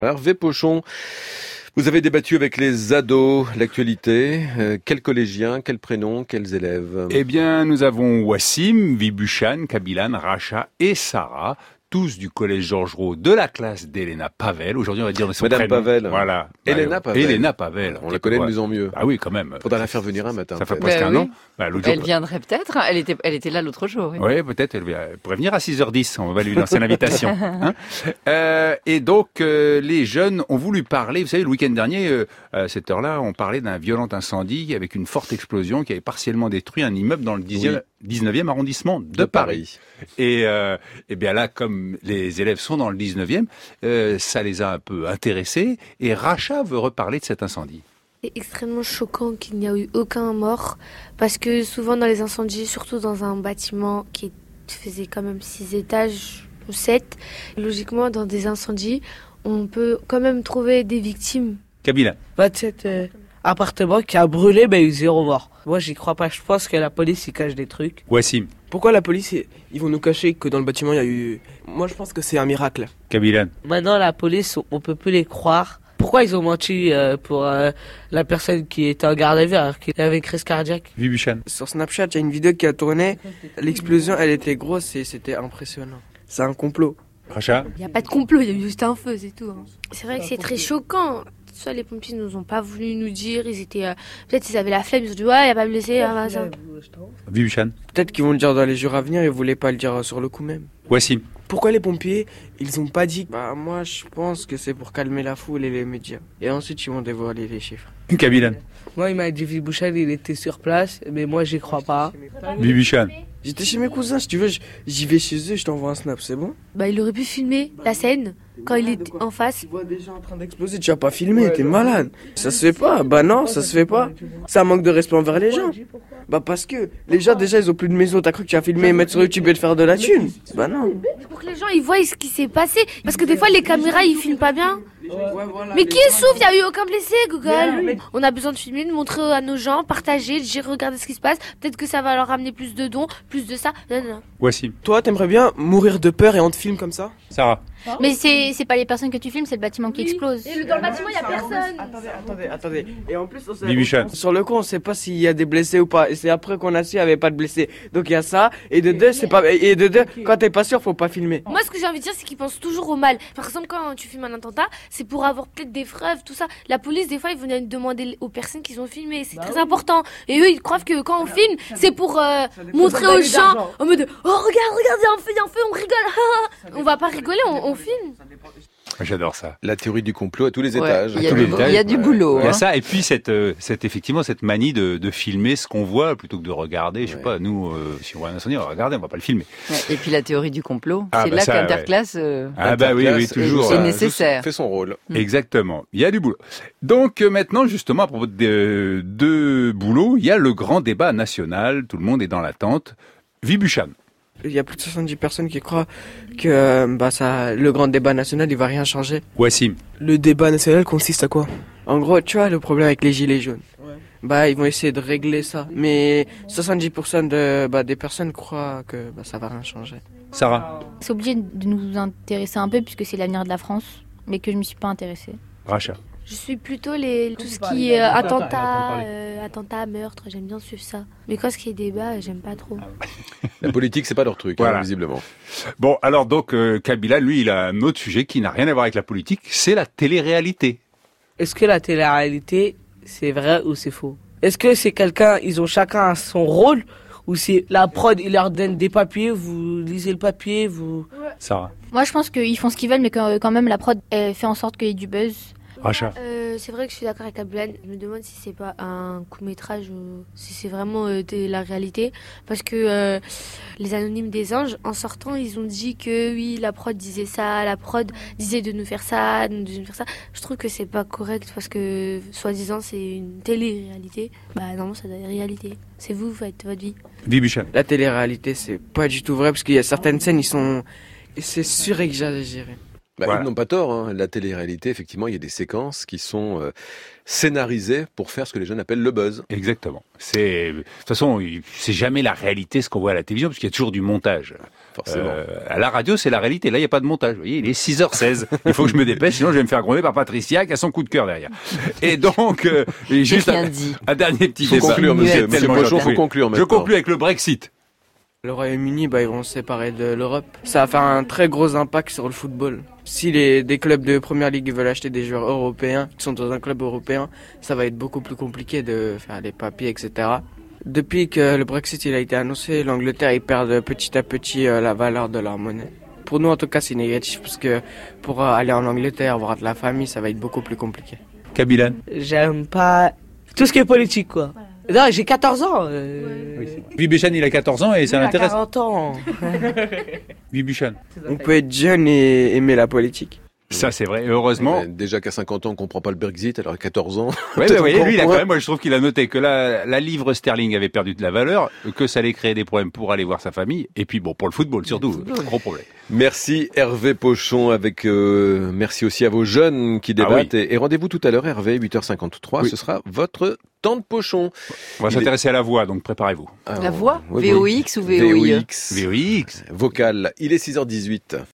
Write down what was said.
Hervé Pochon, vous avez débattu avec les ados l'actualité. Quels collégiens, quels prénoms, quels élèves? Eh bien, nous avons Wassim, Vibushan, Kabilan, Racha et Sarah, tous du collège Georges Rau, de la classe d'Elena Pavel. Aujourd'hui, on va dire de son Madame prénom. Pavel. Voilà. Elena Pavel. Elena Pavel. On la connaît de mieux en mieux. Ah oui, quand même. Faudra la faire venir un matin. Ça fait peut-être. presque un oui. an. L'autre jour, Elle viendrait peut-être. Elle était là l'autre jour. Oui. Oui, peut-être. Elle pourrait venir à 6h10. On va lui lancer l'invitation. Hein, et donc, les jeunes ont voulu parler. Vous savez, le week-end dernier, à cette heure-là, on parlait d'un violent incendie avec une forte explosion qui avait partiellement détruit un immeuble dans le 19e arrondissement de Paris. Et bien là, comme les élèves sont dans le 19e, ça les a un peu intéressés. Et Racha veut reparler de cet incendie. C'est extrêmement choquant qu'il n'y a eu aucun mort, parce que souvent dans les incendies, surtout dans un bâtiment qui faisait quand même 6 étages ou 7, logiquement dans des incendies, on peut quand même trouver des victimes. Kabila. 27 appartements qui a brûlé, mais il y a eu 0 mort. Moi, j'y crois pas. Je pense que la police, ils cache des trucs. Wassim. Pourquoi la police, ils vont nous cacher que dans le bâtiment, il y a eu... Moi, je pense que c'est un miracle. Kabila. Maintenant, la police, on peut plus les croire. Pourquoi ils ont menti pour la personne qui était en garde à vue alors qu'il avait une crise cardiaque? Vibushan. Sur Snapchat, il y a une vidéo qui a tourné. L'explosion, elle était grosse et c'était impressionnant. C'est un complot. Racha. Il n'y a pas de complot, il y a eu juste un feu, c'est tout. C'est vrai que c'est très choquant. Soit les pompiers nous ont pas voulu nous dire, ils étaient... peut-être ils avaient la flemme, ils ont dit ouais, il n'y a pas blessé. Ça. Vibushan. Peut-être qu'ils vont le dire dans les jours à venir, ils voulaient pas le dire sur le coup même. Wassim. Pourquoi les pompiers, ils ont pas dit... Bah moi, je pense que c'est pour calmer la foule et les médias. Et ensuite, ils vont dévoiler les chiffres. Kabila. Moi, il m'a dit Vibushan, il était sur place, mais moi, j'y crois pas. Vibushan. J'étais chez mes cousins, si tu veux, j'y vais chez eux, je t'envoie un snap, c'est bon? Bah il aurait pu filmer la scène quand il était en face. Tu vois des gens en train d'exploser, tu vas pas filmer, t'es malade. Ça se fait pas, bah non, ça se fait pas. C'est un manque de respect envers les gens. Bah parce que les gens déjà ils ont plus de maison, t'as cru que tu vas filmer et mettre sur YouTube et te faire de la thune? Bah non. Pour que les gens ils voient ce qui s'est passé. Parce que des fois les caméras ils filment pas bien. Mais qui est souffle? Il n'y a eu aucun blessé, Google. On a besoin de filmer, de montrer à nos gens, partager, de dire regardez ce qui se passe. Peut-être que ça va leur ramener plus de dons, plus de ça. Non. Wassim. Toi, t'aimerais bien mourir de peur et on te filme comme ça? Sarah. Mais c'est pas les personnes que tu filmes, c'est le bâtiment qui explose. Et dans le bâtiment il n'y a personne. Attendez. Et en plus, Vibushan. sur le coup, on sait pas s'il y a des blessés ou pas. Et c'est après qu'on a su qu'il n'y avait pas de blessés. Donc il y a ça. Et de deux, c'est pas. Et de deux, quand t'es pas sûr, faut pas filmer. Moi, ce que j'ai envie de dire, c'est qu'ils pensent toujours au mal. Par exemple, quand tu filmes un attentat, c'est pour avoir peut-être des preuves, tout ça. La police, des fois, ils venaient demander aux personnes qu'ils ont filmé. C'est très important. Et eux, ils croient que quand on filme, c'est pour montrer aux gens en mode oh regarde, il y a un feu, on rigole. On va pas rigoler, on filme. J'adore ça. La théorie du complot à tous les Ouais, étages. il y a du boulot. Il y a Hein. ça, et puis effectivement cette manie de filmer ce qu'on voit plutôt que de regarder. Je sais pas, nous, si on voit un incendie, on va regarder, on va pas le filmer. Ouais, et puis la théorie du complot, Ah, c'est bah là ça, qu'Interclasse Ah bah oui, Interclasse, toujours. c'est nécessaire. Fait son rôle. Exactement. Il y a du boulot. Donc maintenant, justement, à propos de boulot, il y a le grand débat national. Tout le monde est dans l'attente. Vibushan. Il y a plus de 70 personnes qui croient que le grand débat national, il va rien changer. Wassim. Le débat national consiste à quoi? En gros, tu vois, le problème avec les gilets jaunes. Bah, ils vont essayer de régler ça. Mais 70% des personnes croient que ça va rien changer. Sarah. C'est obligé de nous intéresser un peu puisque c'est l'avenir de la France, mais que je m'y suis pas intéressée. Racha. Je suis plutôt tout ce qui est attentat, meurtre, j'aime bien suivre ça. Mais quand ce qui est débat, j'aime pas trop. La politique, c'est pas leur truc, Voilà. visiblement. Bon, alors donc, Kabila, lui, il a un autre sujet qui n'a rien à voir avec la politique, c'est la télé-réalité. Est-ce que la télé-réalité, c'est vrai ou c'est faux? Est-ce que c'est quelqu'un, ils ont chacun son rôle, ou c'est la prod, il leur donne des papiers, vous lisez le papier, vous... Sarah. Moi, je pense qu'ils font ce qu'ils veulent, mais quand même la prod elle fait en sorte qu'il y ait du buzz. Racha. C'est vrai que je suis d'accord avec Ablan. Je me demande si c'est pas un court-métrage ou si c'est vraiment la réalité. Parce que les Anonymes des Anges, en sortant, ils ont dit que oui, la prod disait ça, la prod disait de nous faire ça, de nous faire ça. Je trouve que c'est pas correct parce que, soi-disant, c'est une télé-réalité. Bah normalement, ça doit être réalité. C'est vous faites votre vie. Vibushan. La télé-réalité, c'est pas du tout vrai parce qu'il y a certaines scènes, c'est surexagéré. Voilà. Ils n'ont pas tort. Hein. La télé-réalité, effectivement, il y a des séquences qui sont scénarisées pour faire ce que les jeunes appellent le buzz. Exactement. De toute façon, c'est jamais la réalité ce qu'on voit à la télévision, parce qu'il y a toujours du montage. Forcément. À la radio, c'est la réalité. Là, il n'y a pas de montage. Vous voyez, il est 6h16. Il faut que je me dépêche, sinon je vais me faire gronder par Patricia qui a son coup de cœur derrière. Et donc, juste rien dit. un dernier petit Faut débat. conclure, monsieur Tellement Pochon, gentil. faut conclure Je maintenant. conclue avec le Brexit. Le Royaume-Uni, ils vont se séparer de l'Europe. Ça va faire un très gros impact sur le football. Si des clubs de première ligue veulent acheter des joueurs européens qui sont dans un club européen, ça va être beaucoup plus compliqué de faire les papiers, etc. Depuis que le Brexit il a été annoncé, l'Angleterre ils perdent petit à petit la valeur de leur monnaie. Pour nous en tout cas c'est négatif parce que pour aller en Angleterre, voir de la famille, ça va être beaucoup plus compliqué. Kabilan. J'aime pas tout ce qui est politique, quoi. Non, j'ai 14 ans. Bibuchan, il a 14 ans et ça Il a l'intéresse. 40 ans. Bibuchan. On peut être jeune et aimer la politique. Ça, c'est vrai. Heureusement. Déjà qu'à 50 ans, on comprend pas le Brexit, alors à 14 ans... Oui, peut-être oui, encore lui, il a moins. quand même, moi, je trouve qu'il a noté que la livre sterling avait perdu de la valeur, que ça allait créer des problèmes pour aller voir sa famille, et puis bon, pour le football surtout, gros problème. Merci Hervé Pochon, merci aussi à vos jeunes qui débattent. Et rendez-vous tout à l'heure, Hervé, 8h53, Oui. ce sera votre temps de Pochon. On va s'intéresser à la voix, donc préparez-vous. La voix Oui, oui. VOX ou VOIE VOX. VOX. Vocal. Il est 6h18.